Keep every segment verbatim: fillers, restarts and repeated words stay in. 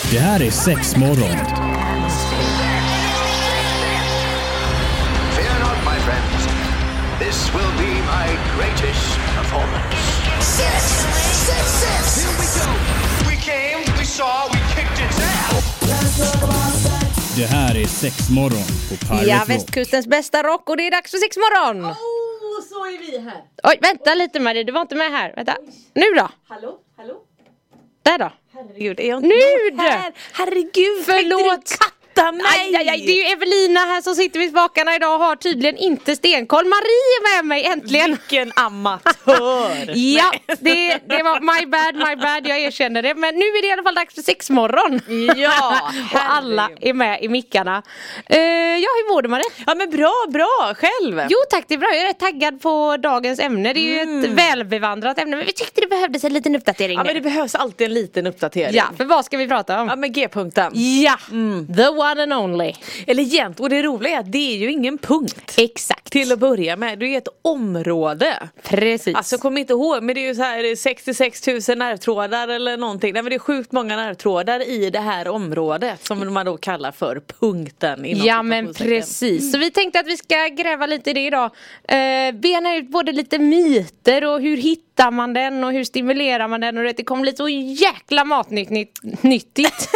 Det här är sex morgon. Fear not, my friends. This will be my greatest performance. Six, six, six. Here we go. We came, we saw, we kicked its ass. Det här är sex morgon på Pirate Ja, Rock. västkustens bästa rock och det är dags för sex morgon. Åh, oh, så är vi här. Oj, vänta lite Marie, du var inte med här. Vänta. Nu då? Hallå, hallå. Där då? Herregud, är jag inte Nu här? Herregud, Förlåt. katta mig. Aj, aj, aj, det är ju Evelina här som sitter vid spakarna idag och har tydligen inte stenkoll. Marie är med mig äntligen. Vilken amatör. Ja, det, det var my bad, my bad, jag erkänner det. Men nu är det i alla fall dags för sex morgon. Ja, och alla är med i mickarna. uh, Ja, hur mår du Marie? Ja, men bra, bra, själv. Jo tack, det är bra, jag är rätt taggad på dagens ämne. Det är ju Mm. ett välbevandrat ämne, men vi tyckte det behövdes en liten uppdatering. Ja, men det behövs alltid en liten uppdatering. Ja, för vad ska vi prata om? Ja, men G-punkten. Ja, the one and only. Eller egent, och det roliga är att det är ju ingen punkt. Exakt. Till att börja med, det är ett område. Precis. Alltså jag kommer inte ihåg, men det är ju så här sextiosex tusen nervtrådar eller någonting. Nej, men det är sjukt många nervtrådar i det här området som man då kallar för punkten. Ja, men precis. Så vi tänkte att vi ska gräva lite i det idag. Eh, bena ut både lite myter och hur hittar man den och hur stimulerar man den. Och det kommer lite så jäkla matnyttigt.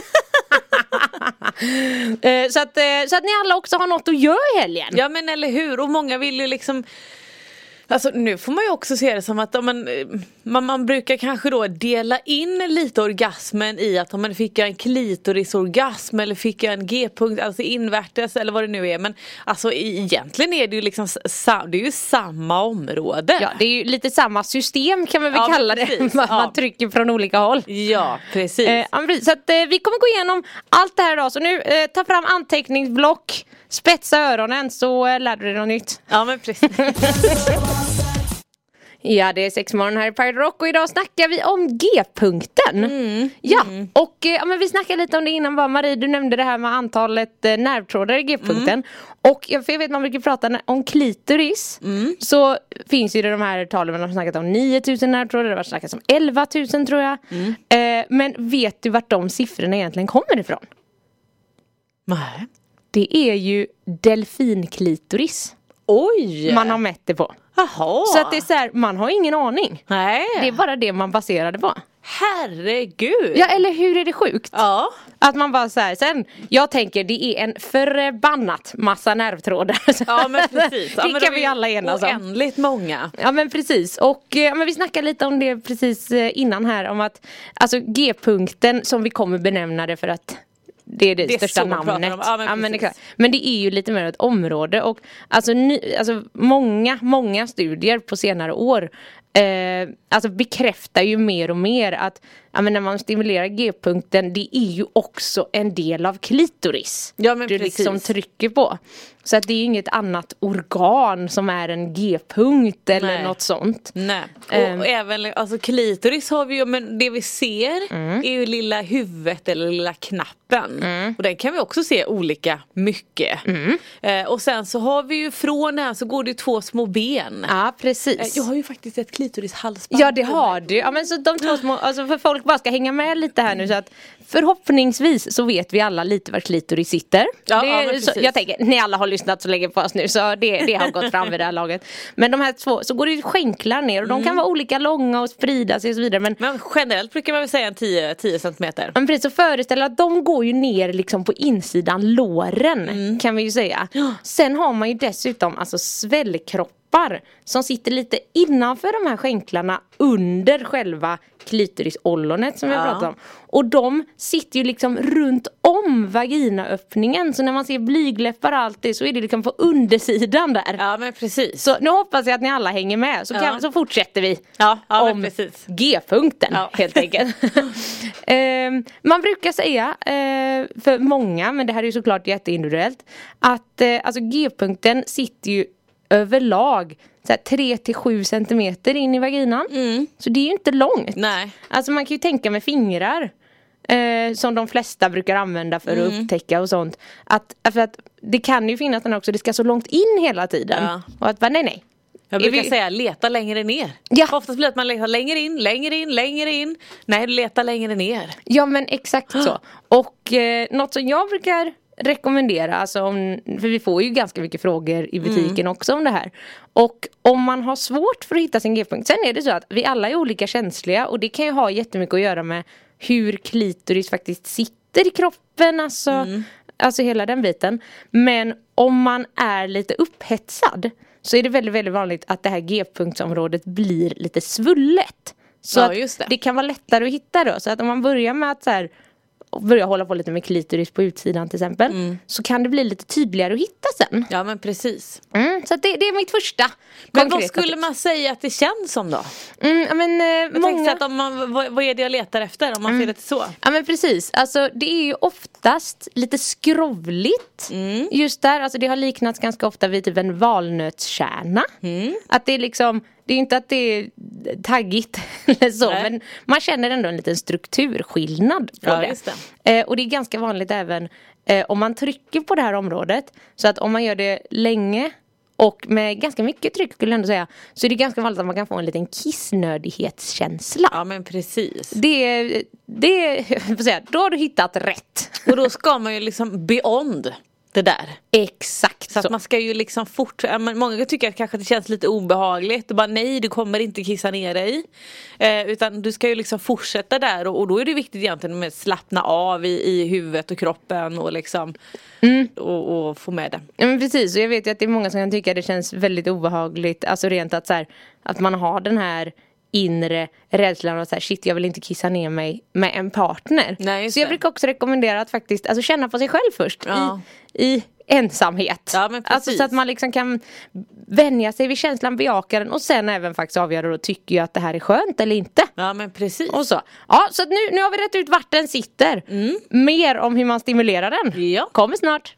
eh, så, att, eh, så att ni alla också har något att göra i helgen. Ja, men eller hur, och många vill ju liksom. Alltså nu får man ju också se det som att om man, man, man brukar kanske då dela in lite orgasmen i att om man fick en klitorisorgasm eller fick en G-punkt, alltså invärtes eller vad det nu är. Men alltså egentligen är det ju liksom det är ju samma område. Ja, det är ju lite samma system kan man väl Ja, kalla det. precis. Man Ja. trycker från olika håll. Ja, precis. Eh, ja, precis. Så att, eh, vi kommer gå igenom allt det här idag. Så nu eh, ta fram anteckningsblock, spetsa öronen så eh, lär du dig något nytt. Ja, men precis. Ja, det är sex morgon här i Pirate Rock och idag snackar vi om G-punkten. Mm, ja, mm. och eh, ja, men vi snackade lite om det innan. Bara, Marie, du nämnde det här med antalet eh, nervtrådar i G-punkten. Mm. Och ja, för jag vet man brukar prata om klitoris. Mm. Så finns ju det de här talen man har snackat om nio tusen nervtrådar. Det har snackat om elva tusen tror jag. Mm. Eh, men vet du vart de siffrorna egentligen kommer ifrån? Nej. Det är ju delfinklitoris. Oj! Man har mätt det på. Jaha. Så att det är så här, man har ingen aning. Nej. Det är bara det man baserade på. Herregud. Ja, eller hur är det sjukt? Ja. Att man bara så här, sen, jag tänker det är en förbannat massa nervtrådar. Ja, men precis. Ja, det men kan de vi alla enas om. Oändligt många. Ja, men precis. Och ja, men vi snackade lite om det precis innan här. Om att alltså G-punkten som vi kommer benämna det för att det är det, det är största namnet. Ja, men, ja, men, det, men det är ju lite mer ett område. Och alltså, ny, alltså många, många studier på senare år eh, alltså bekräftar ju mer och mer att ja, men när man stimulerar G-punkten, det är ju också en del av klitoris. Ja, men du precis. liksom trycker på. Så att det är inget annat organ som är en G-punkt eller Nej. något sånt. Nej. Och, Um, och även alltså klitoris har vi ju, men det vi ser mm. är ju lilla huvudet eller lilla knappen. Mm. Och den kan vi också se olika mycket. Mm. Eh, och sen så har vi ju från här så går det ju två små ben. Ja, precis. Eh, jag har ju faktiskt ett klitorishalsband. Ja, det har du. Ja, men så de två små, alltså för folk bara ska hänga med lite här nu så att förhoppningsvis så vet vi alla lite var klitoris sitter. Ja, det, ja, men så, precis. jag tänker, ni alla har lyssnat så länge på oss nu så det, det har gått fram vid det här laget. Men de här två, så går det ju skänklar ner och de kan vara olika långa och sprida sig och så vidare. Men, Men generellt brukar man väl säga en tio centimeter. men precis, så föreställa att de går ju ner liksom på insidan låren mm. kan vi ju säga. Ja. Sen har man ju dessutom alltså svällkroppar som sitter lite innanför de här skänklarna under själva klitorisollonet som vi har Ja. pratat om. Och de sitter ju liksom runt om vaginaöppningen. Så när man ser blygläppar och allt det så är det liksom på undersidan där. Ja, men precis. Så nu hoppas jag att ni alla hänger med. Så, kan, Ja. så fortsätter vi Ja, ja, men om precis. G-punkten Ja. helt enkelt. eh, man brukar säga eh, för många, men det här är ju såklart jätteindividuellt, att eh, alltså G-punkten sitter ju överlag så här, tre till sju centimeter in i vaginan. Mm. Så det är ju inte långt. Nej. Alltså man kan ju tänka med fingrar. Eh, som de flesta brukar använda för att mm. upptäcka och sånt. Att, för att det kan ju finnas den också, det ska så långt in hela tiden. Ja. Och att nej nej. Jag brukar vi... säga leta längre ner. Ja. Oftast blir det att man letar längre in, längre in, längre in. Nej, du letar längre ner. Ja, men exakt så. Och eh, något som jag brukar rekommendera, alltså om, för vi får ju ganska mycket frågor i butiken mm. också om det här. Och om man har svårt för att hitta sin G-punkt, sen är det så att vi alla är olika känsliga, och det kan ju ha jättemycket att göra med hur klitoris faktiskt sitter i kroppen, alltså, mm. alltså hela den biten. Men om man är lite upphetsad så är det väldigt, väldigt vanligt att det här G-punktsområdet blir lite svullet. Så ja, att just det. det kan vara lättare att hitta då. Så att om man börjar med att så här, börja hålla på lite med klitoris på utsidan till exempel, mm. så kan det bli lite tydligare att hitta sen. Ja, men precis. Mm, så att det, det är mitt första. Men vad skulle man säga att det känns som då? Mm, men, eh, jag många... tänkte att om man, vad, vad är det jag letar efter om man mm. ser det så? Ja, men precis. Alltså, det är ju oftast lite skrovligt. Mm. Just där, alltså det har liknats ganska ofta vid typ en valnötskärna. Mm. Att det är liksom, det är inte att det är taggigt eller så, nej. Men man känner ändå en liten strukturskillnad på ja, det. Just det. Eh, och det är ganska vanligt även eh, om man trycker på det här området. Så att om man gör det länge och med ganska mycket tryck skulle jag ändå säga, så är det ganska vanligt att man kan få en liten kissnödighetskänsla. Ja, men precis. Det, det, jag får säga, då har du hittat rätt. Och då ska man ju liksom beyond det där. Exakt så. så. Att man ska ju liksom fort, många tycker att kanske det känns lite obehagligt och bara nej, du kommer inte kissa ner dig. Eh, utan du ska ju liksom fortsätta där, och, och då är det viktigt egentligen med att slappna av i, i huvudet och kroppen och liksom mm. och, och få med det. Ja, men precis, och jag vet ju att det är många som kan tycka att det känns väldigt obehagligt, alltså rent att så här, att man har den här inre rädslan och så här, shit, jag vill inte kissa ner mig med en partner. Nej, så jag brukar också rekommendera att faktiskt alltså, känna på sig själv först ja. i, i ensamhet. Ja, men alltså, så att man liksom kan vänja sig vid känslan, bejaka den och sen även faktiskt avgöra och tycker jag att det här är skönt eller inte. Ja, men precis. Och så. Ja, så att nu, nu har vi rätt ut vart den sitter. Mm. Mer om hur man stimulerar den. Ja. Kommer snart.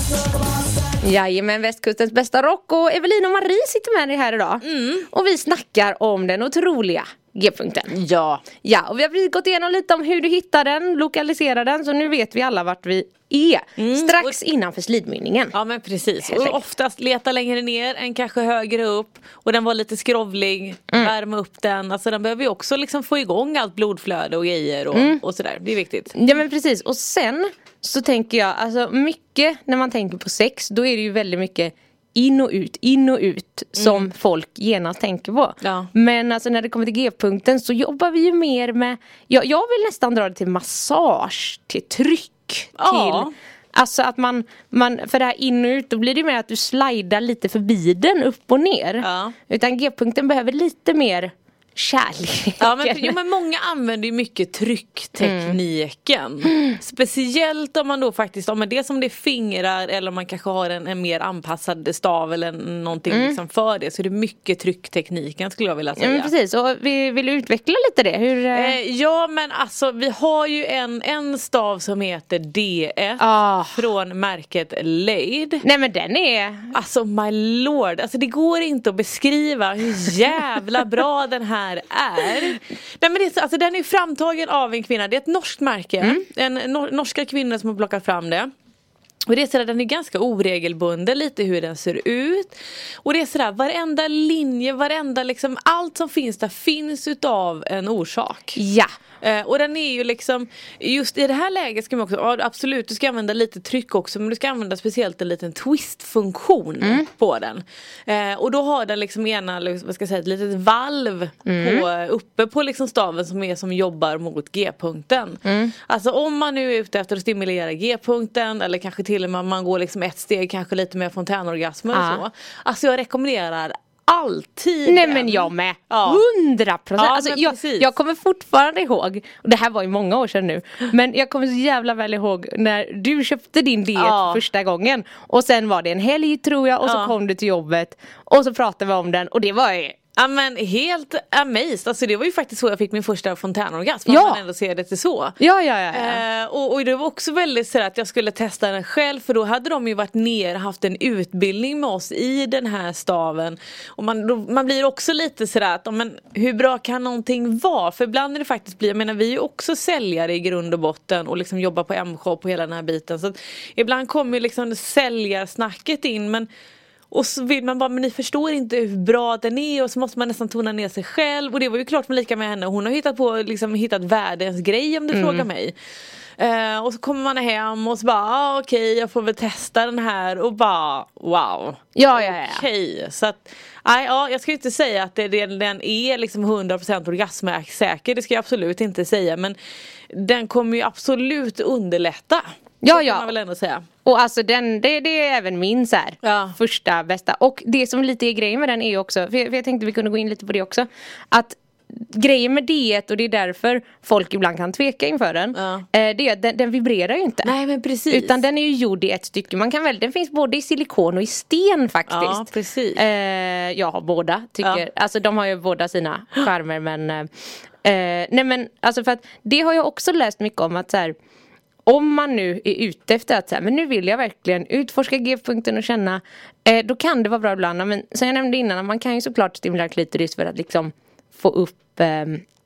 Jajamän, västkustens bästa rock, och Evelin och Marie sitter med dig här idag. Mm. Och vi snackar om den otroliga G-punkten. Ja. Ja, och vi har precis gått igenom lite om hur du hittar den, lokaliserar den, så nu vet vi alla vart vi är. Mm. Strax och... innanför slidmynningen. Ja, men precis. Och oftast leta längre ner än kanske högre upp. Och den var lite skrovlig, mm. värma upp den. Alltså den behöver ju också liksom få igång allt blodflöde och grejer och, mm. och sådär. Det är viktigt. Ja, men precis. Och sen så tänker jag, alltså mycket när man tänker på sex, då är det ju väldigt mycket in och ut, in och ut som mm. folk genast tänker på. Ja. Men alltså när det kommer till G-punkten så jobbar vi ju mer med, jag, jag vill nästan dra det till massage, till tryck, ja. till alltså att man, man, för det här in och ut, då blir det mer att du slidar lite förbi den upp och ner. Ja. Utan G-punkten behöver lite mer kärlek. Ja, men, jo, men många använder ju mycket trycktekniken. Mm. Speciellt om man då faktiskt, om det som det är fingrar eller om man kanske har en, en mer anpassad stav eller någonting mm. liksom för det, så är det mycket trycktekniken skulle jag vilja säga. Ja, men precis, och vi vill utveckla lite det. Hur, eh, ja, men alltså vi har ju en, en stav som heter D ett ah. från märket Lade. Nej, men den är... Alltså my lord, alltså det går inte att beskriva hur jävla bra den här är. Nej, men det är så, alltså den är framtagen av en kvinna. Det är ett norskt märke. Mm. En nor- norska kvinna som har plockat fram det. Och det är sådär, den är ganska oregelbunden lite hur den ser ut. Och det är sådär, varenda linje, varenda liksom, allt som finns där finns utav en orsak. Ja. Eh, och den är ju liksom, just i det här läget ska man också, ja, absolut du ska använda lite tryck också, men du ska använda speciellt en liten twist-funktion mm. på den. Eh, och då har den liksom ena, vad ska jag säga, ett litet valv mm. på, uppe på liksom staven som är som jobbar mot G-punkten. Mm. Alltså om man nu är ute efter att stimulera G-punkten eller kanske till och med man går liksom ett steg, kanske lite mer fontänorgasmer ah. och så. Alltså jag rekommenderar alltid. Nej, men jag med. Hundra procent. Alltså, jag, jag kommer fortfarande ihåg, och det här var ju många år sedan nu, men jag kommer så jävla väl ihåg när du köpte din D ett ja. första gången, och sen var det en helg tror jag, och så ja. kom du till jobbet och så pratade vi om den, och det var ju ja, men helt amazed. Alltså det var ju faktiskt så jag fick min första fontänorgasm. Ja. Man ändå ser det till så. Ja, ja, ja. ja. Eh, och, och det var också väldigt så att jag skulle testa den själv. För då hade de ju varit ner, haft en utbildning med oss i den här staven. Och man, då, man blir också lite sådär att men, hur bra kan någonting vara? För ibland är det faktiskt blir, jag menar vi är ju också säljare i grund och botten. Och liksom jobbar på M-shop på hela den här biten. Så att ibland kommer ju liksom säljarsnacket in, men Och så vill man bara, men ni förstår inte hur bra den är. Och så måste man nästan tona ner sig själv. Och det var ju klart med lika med henne. Hon har hittat på, liksom hittat världens grej om du mm. frågar mig. Uh, och så kommer man hem och så bara, ah, okej okay, jag får väl testa den här. Och bara, wow. Ja, ja, ja. Okej, okay. Så att, nej, ja, jag ska ju inte säga att det, den är liksom hundra procent orgasmsäker. Det ska jag absolut inte säga. Men den kommer ju absolut underlätta. Ja, så ja. Kan man väl ändå säga. Och alltså den, det, det är även min så här, ja. första bästa. Och det som lite är grejen med den är ju också, för jag, för jag tänkte vi kunde gå in lite på det också, att grejen med diet, och det är därför folk ibland kan tveka inför den, ja. eh, det är att den, den vibrerar ju inte. Nej, men precis. Utan den är ju gjord i ett stycke. Man kan väl, den finns både i silikon och i sten faktiskt. Ja, precis. Eh, jag har båda, tycker. Ja. Alltså de har ju båda sina charmer, men eh, nej men alltså för att det har jag också läst mycket om, att så här, om man nu är ute efter att så här, men nu vill jag verkligen utforska G-punkten och känna, eh, då kan det vara bra ibland. Men som jag nämnde innan, man kan ju såklart stimulera klitoris för att liksom få upp eh,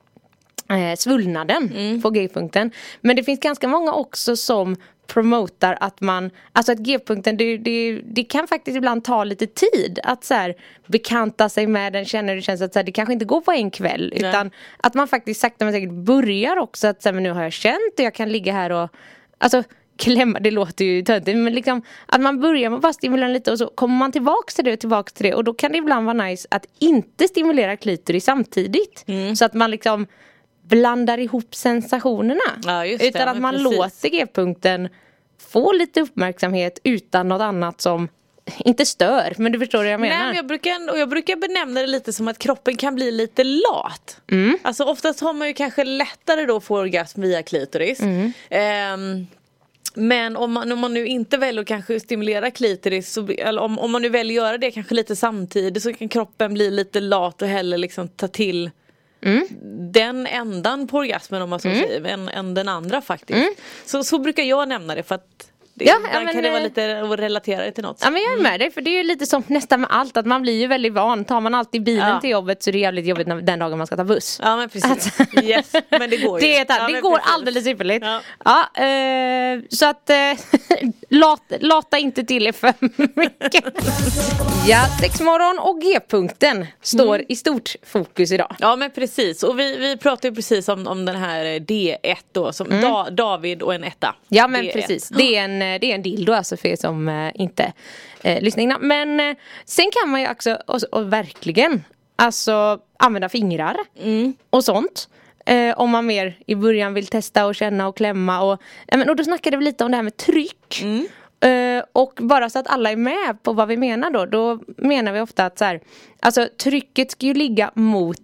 eh, svullnaden mm. på G-punkten. Men det finns ganska många också som promotar att man, alltså att G-punkten, det, det, det kan faktiskt ibland ta lite tid att så här bekanta sig med den, känner det känns att så här, det kanske inte går på en kväll. Nej. Utan att man faktiskt sakta men säkert börjar också att så här, men nu har jag känt och jag kan ligga här och alltså klämma, det låter ju töntigt, men liksom att man börjar med att bara stimulera lite och så kommer man tillbaka till det och tillbaka till det, och då kan det ibland vara nice att inte stimulera klitoris samtidigt mm. så att man liksom blandar ihop sensationerna ja, just det, utan att man precis. låter G-punkten få lite uppmärksamhet utan något annat som inte stör, men du förstår vad jag menar. Nej, men jag brukar, och jag brukar benämna det lite som att kroppen kan bli lite lat. Mm. Alltså oftast har man ju kanske lättare då att få orgasm via klitoris. Mm. Um, Men om man, om man nu inte väljer att kanske stimulera klitoris så, eller om, om man nu väljer att göra det kanske lite samtidigt, så kan kroppen bli lite lat och hellre liksom ta till mm. den ändan på orgasmen, om man så mm. säger, än, än den andra faktiskt. Mm. Så, så brukar jag nämna det, för att det, ja, ja, men, kan det vara lite att relatera det till något. Ja, men jag är med dig, för det är ju lite som nästan med allt, att man blir ju väldigt van. Tar man alltid bilen ja. till jobbet så är det jävligt jobbigt när, den dagen man ska ta buss. Ja, men precis. Alltså, yes, men det går ju. Det, är ja, det går precis. alldeles ypperligt. Ja. Ja, eh, så att eh, lat, lata inte till er för mycket. Ja, sexmorgon och G-punkten står mm. i stort fokus idag. Ja, men precis. Och vi, vi pratar ju precis om, om den här D ett då, som mm. da, David och en etta. Ja, men D ett. precis. Det är en, det är en dildo alltså för er som eh, inte eh, lyssnar innan. Men eh, sen kan man ju också, och, och verkligen, alltså använda fingrar mm. och sånt. Eh, om man mer i början vill testa och känna och klämma. Och, eh, men, och då snackade vi lite om det här med tryck. Mm. Uh, och bara så att alla är med på vad vi menar då, då menar vi ofta att så här, alltså trycket ska ju ligga mot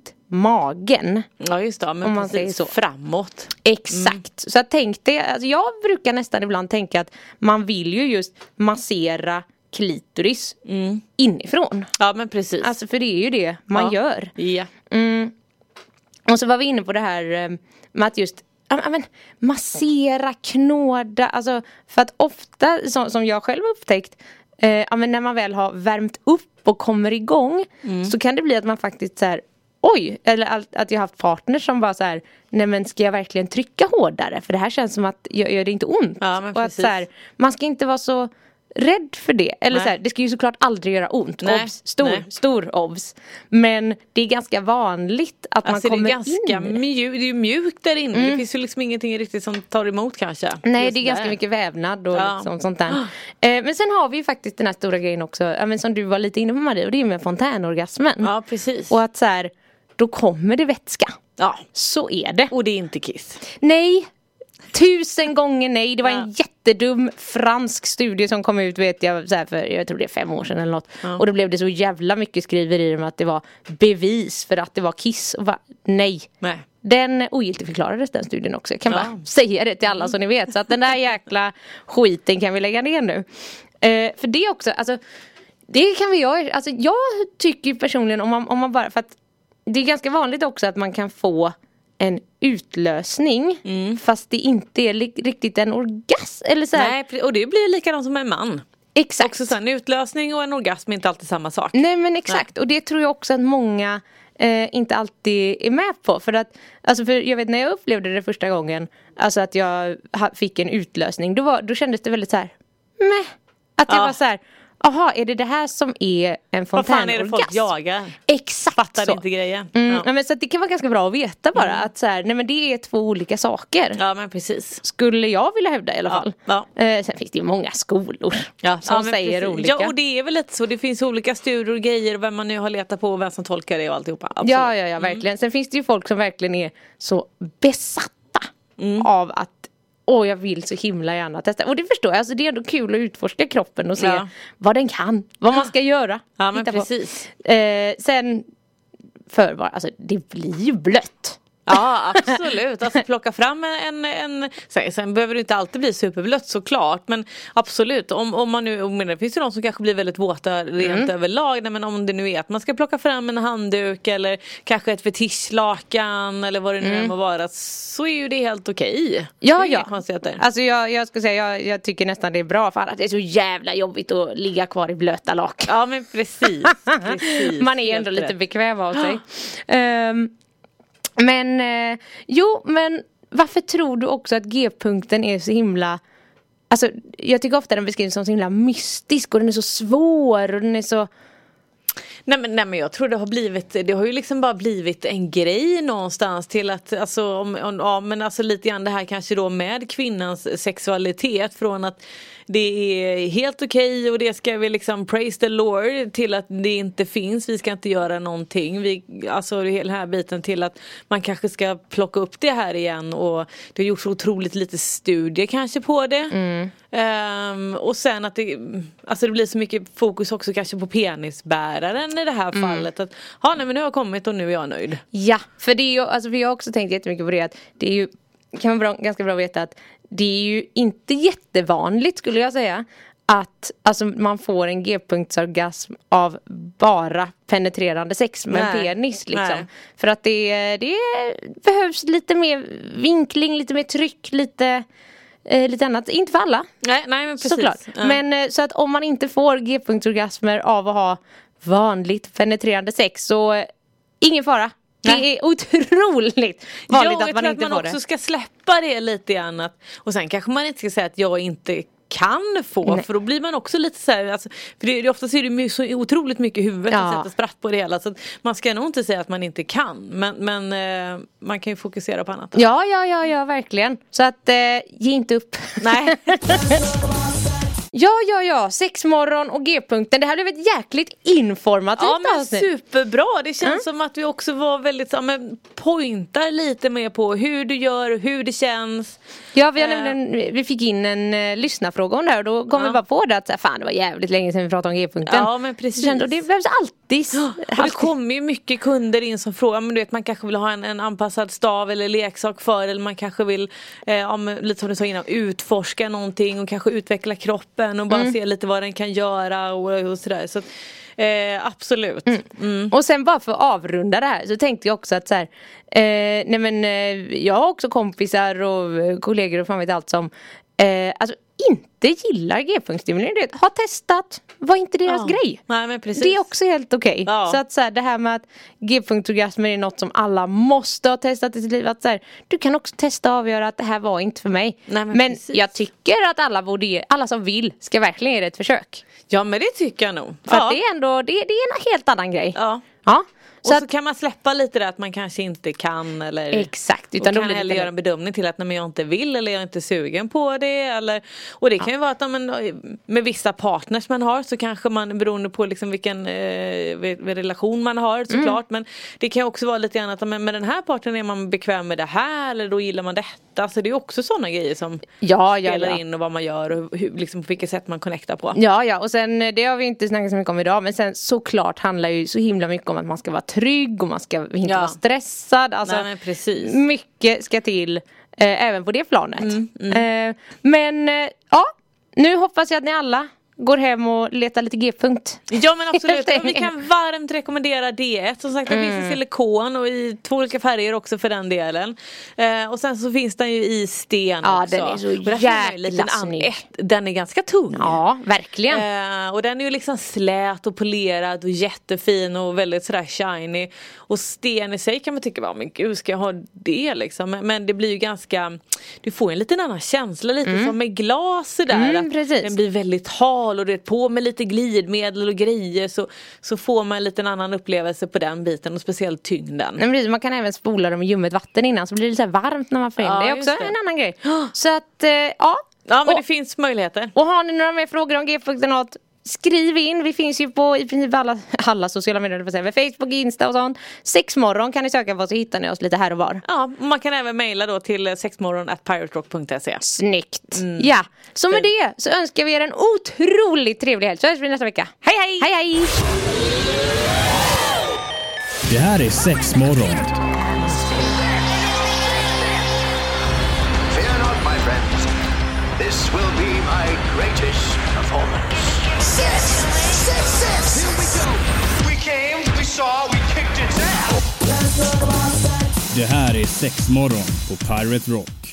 magen. Ja, just det, men om man precis säger så. Framåt. Exakt. Mm. Så att tänk det, alltså jag brukar nästan ibland tänka att man vill ju just massera klitoris mm. inifrån. Ja, men precis. Alltså för det är ju det man ja. gör. Ja. Mm. Och så var vi inne på det här med att just Ja, men, massera, knåda, alltså för att ofta, som, som jag själv har upptäckt, eh, ja, men när man väl har värmt upp och kommer igång mm. så kan det bli att man faktiskt så här, oj, eller att, att jag har haft partners som bara så här, nej men ska jag verkligen trycka hårdare, för det här känns som att jag gör det inte ont. Ja, men och att så här, man ska inte vara så rädd för det. Eller så här, det ska ju såklart aldrig göra ont. Nej. Obs, stor, Nej. stor obs. Men det är ganska vanligt att alltså man kommer in. Det är ganska in. mjuk, det är ju mjukt där inne. Mm. Det finns ju liksom ingenting riktigt som tar emot kanske. Nej, Just det är där. ganska mycket vävnad och ja. liksom, sånt där. Eh, men sen har vi ju faktiskt den här stora grejen också, ja, men som du var lite inne på, Marie, och det är med fontänorgasmen. Ja, precis. Och att så här, då kommer det vätska. Ja. Så är det. Och det är inte kiss. Nej. Tusen gånger nej. Det var ja. en jättedum fransk studie som kom ut, vet jag, så här för, jag tror det är fem år sedan eller något. Ja. Och då blev det så jävla mycket skriverier om att det var bevis för att det var kiss. Och va, nej. nej. Den ogiltigförklarades, den studien också. Jag kan ja. bara säga det till alla mm. så ni vet. Så att den där jäkla skiten kan vi lägga ner nu. Eh, för det också, alltså det kan vi göra. Alltså jag tycker personligen om man, om man bara, för att det är ganska vanligt också att man kan få en utlösning mm. fast det inte är li- riktigt en orgasm eller så här. Nej, och det blir likadant som en man. Exakt. Också så en utlösning och en orgasm är inte alltid samma sak. Nej, men exakt. Nej. Och det tror jag också att många eh, inte alltid är med på. För att, alltså för jag vet när jag upplevde det första gången, alltså att jag ha, fick en utlösning, då, var, då kändes det väldigt så här, meh. Att jag ja. var så här, aha, är det det här som är en Vad fan är det fontänorgasm? folk jagar? Exakt Fattar så. inte grejen. Mm, Ja. ja, men så att det kan vara ganska bra att veta bara Mm. att så här, nej men det är två olika saker. ja, men precis. Skulle jag vilja hävda i alla Ja, fall. ja. Eh, sen finns det ju många skolor Ja, som ja, men säger precis. olika. Ja, och det är väl lite så. Det finns olika studier och grejer och vem man nu har letat på och vem som tolkar det och alltihopa. Absolut. Ja, ja, ja, verkligen. Sen finns det ju folk som verkligen är så besatta Mm. av att åh, jag vill så himla gärna testa. Och det förstår jag, alltså det är ändå kul att utforska kroppen och se Ja. vad den kan, vad man ska göra. Ja, men Titta på. precis. Eh, sen, för vad, alltså det blir ju blött. Ja, absolut. Alltså plocka fram en, en, en sen, sen behöver det inte alltid bli superblött såklart, men absolut, om, om man nu, om det finns ju de som kanske blir väldigt våta rent Mm. överlag, nej, men om det nu är att man ska plocka fram en handduk eller kanske ett fetischlakan eller vad det nu mm. må vara, så är ju det helt okej. Ja, det är ja. inga konstigheter. Alltså jag, jag ska säga, jag, jag tycker nästan det är bra för att det är så jävla jobbigt att ligga kvar i blöta lak. Ja, men precis. precis Man är ändå helt lite rätt. bekväm av sig. um, men, eh, jo, men varför tror du också att G-punkten är så himla... Alltså, jag tycker ofta den beskrivs som så himla mystisk och den är så svår och den är så... Nej men, nej men jag tror det har blivit, det har ju liksom bara blivit en grej någonstans till att, alltså, om, om, ja, men alltså lite grann det här kanske då med kvinnans sexualitet från att det är helt okej okay och det ska vi liksom praise the Lord till att det inte finns, vi ska inte göra någonting, vi, alltså hela den här biten till att man kanske ska plocka upp det här igen och det har gjorts otroligt lite studier kanske på det. Mm. Um, och sen att det, alltså det blir så mycket fokus också kanske på penisbäraren i det här mm. fallet att, ja nej men nu har jag kommit och nu är jag nöjd. Ja, för det är ju, alltså för jag har också tänkt jättemycket på det att det är ju, kan vara bra, ganska bra att veta att det är ju inte jättevanligt skulle jag säga att alltså, man får en G-punktsorgasm av bara penetrerande sex med en penis liksom. Nej. För att det, det behövs lite mer vinkling, lite mer tryck, lite Eh, lite annat, inte för alla. Nej, nej men precis. Såklart. Ja. Men eh, så att om man inte får G-punktsorgasmer av att ha vanligt penetrerande sex så eh, ingen fara. Nej. Det är otroligt vanligt jo, att man inte att man får det. också ska släppa det lite grann att, och sen kanske man inte ska säga att jag inte kan få, nej. För då blir man också lite så här, alltså, för det, det, ofta är det så otroligt mycket i huvudet ja. Att sätta spratt på det hela, så att man ska nog inte säga att man inte kan, men, men eh, man kan ju fokusera på annat. Ja, ja, ja, ja, verkligen. Så att, eh, ge inte upp. Nej. Ja, ja, ja, sexmorgon och G-punkten. Det här blev ett jäkligt informativt ja, men avsnitt. Superbra, det känns mm. som att vi också var väldigt så, men, pointar lite mer på hur du gör, hur det känns. Ja, vi, har uh. nämligen, vi fick in en uh, lyssnarfråga om det här och då kom ja. vi bara på det att så här, fan det var jävligt länge sedan vi pratade om G-punkten. Ja, men precis. Kände, och det behövs alltid. Ja, och det kommer ju mycket kunder in som frågar, men du vet man kanske vill ha en, en anpassad stav eller leksak för, eller man kanske vill eh, om, lite som du sa innan, utforska någonting och kanske utveckla kroppen och bara mm. se lite vad den kan göra och, och sådär. Så eh, absolut. Mm. Mm. Och sen bara för att avrunda det här så tänkte jag också att så här, eh, nej men eh, jag har också kompisar och kollegor och fan vet allt som eh, alltså inte gillar G-punktstimulering. Har testat, var inte deras ja. grej. Nej, men precis. Det är också helt okej. Okay. Ja. Så att så här, det här med att G-punktsorgasmer är något som alla måste ha testat i sitt liv. Att så här, du kan också testa och avgöra att det här var inte för mig. Nej, men men precis. jag tycker att alla borde ge, alla som vill ska verkligen ge det ett försök. Ja, men det tycker jag nog. För ja. att det är ändå, det, det är en helt annan grej. Ja. Ja. Så, så att, att, kan man släppa lite där att man kanske inte kan eller exakt, utan då kan heller göra en bedömning till att nej, men jag inte vill eller jag är inte sugen på det eller, och det kan ja. ju vara att men, med vissa partners man har så kanske man beroende på liksom vilken eh, relation man har såklart mm. men det kan också vara lite grann att men, med den här partnern är man bekväm med det här eller då gillar man detta, så det är också sådana grejer som ja, ja, spelar ja. in och vad man gör och hur, liksom, på vilket sätt man connectar på. Ja, ja, och sen det har vi inte snackat så mycket om idag, men sen såklart handlar ju så himla mycket om att man ska vara trygg och man ska inte ja. vara stressad. Alltså, nej, men precis. Mycket ska till eh, även på det planet. Mm, mm. Eh, men eh, ja, nu hoppas jag att ni alla går hem och letar lite G-punkt. Ja men absolut, vi kan varmt rekommendera D ett. Som sagt det mm. finns i silikon och i två olika färger också för den delen. Eh, och sen så finns den ju i sten ja, också. den är så och jäkla snygg. Den är ganska tung. Ja, verkligen. Eh, och den är ju liksom slät och polerad och jättefin och väldigt sådär shiny. Och sten i sig kan man tycka, men gud ska jag ha det liksom. Men, men det blir ju ganska, du får en liten annan känsla lite mm. som med glas där. Mm, att precis. Den blir väldigt hard sval och det på med lite glidmedel och grejer så, så får man en liten annan upplevelse på den biten och speciellt tyngden. Nej, men man kan även spola dem i ljummet vatten innan så blir det lite så här varmt när man får in. Ja, det är också det. en annan grej. Så att, eh, ja. Ja, men och, det finns möjligheter. Och har ni några mer frågor om G-punkten något, skriv in. Vi finns ju på i princip alla, alla sociala medier, på säga, Facebook, Insta och sånt. Sexmorgon kan ni söka på så hittar ni oss lite här och var. Ja, man kan även mejla då till sexmorgon at piraterock punkt se. Snyggt. Mm. Ja, så med det så önskar vi er en otroligt trevlig helg. Så hörs vi nästa vecka. Hej hej! Hej hej! Det här är Sexmorgon. Fear not, my friends. This will be my greatest performance. Six, six, six. Here we go. We came, we saw, we kicked its ass. Det här är Sexmorgon på Pirate Rock.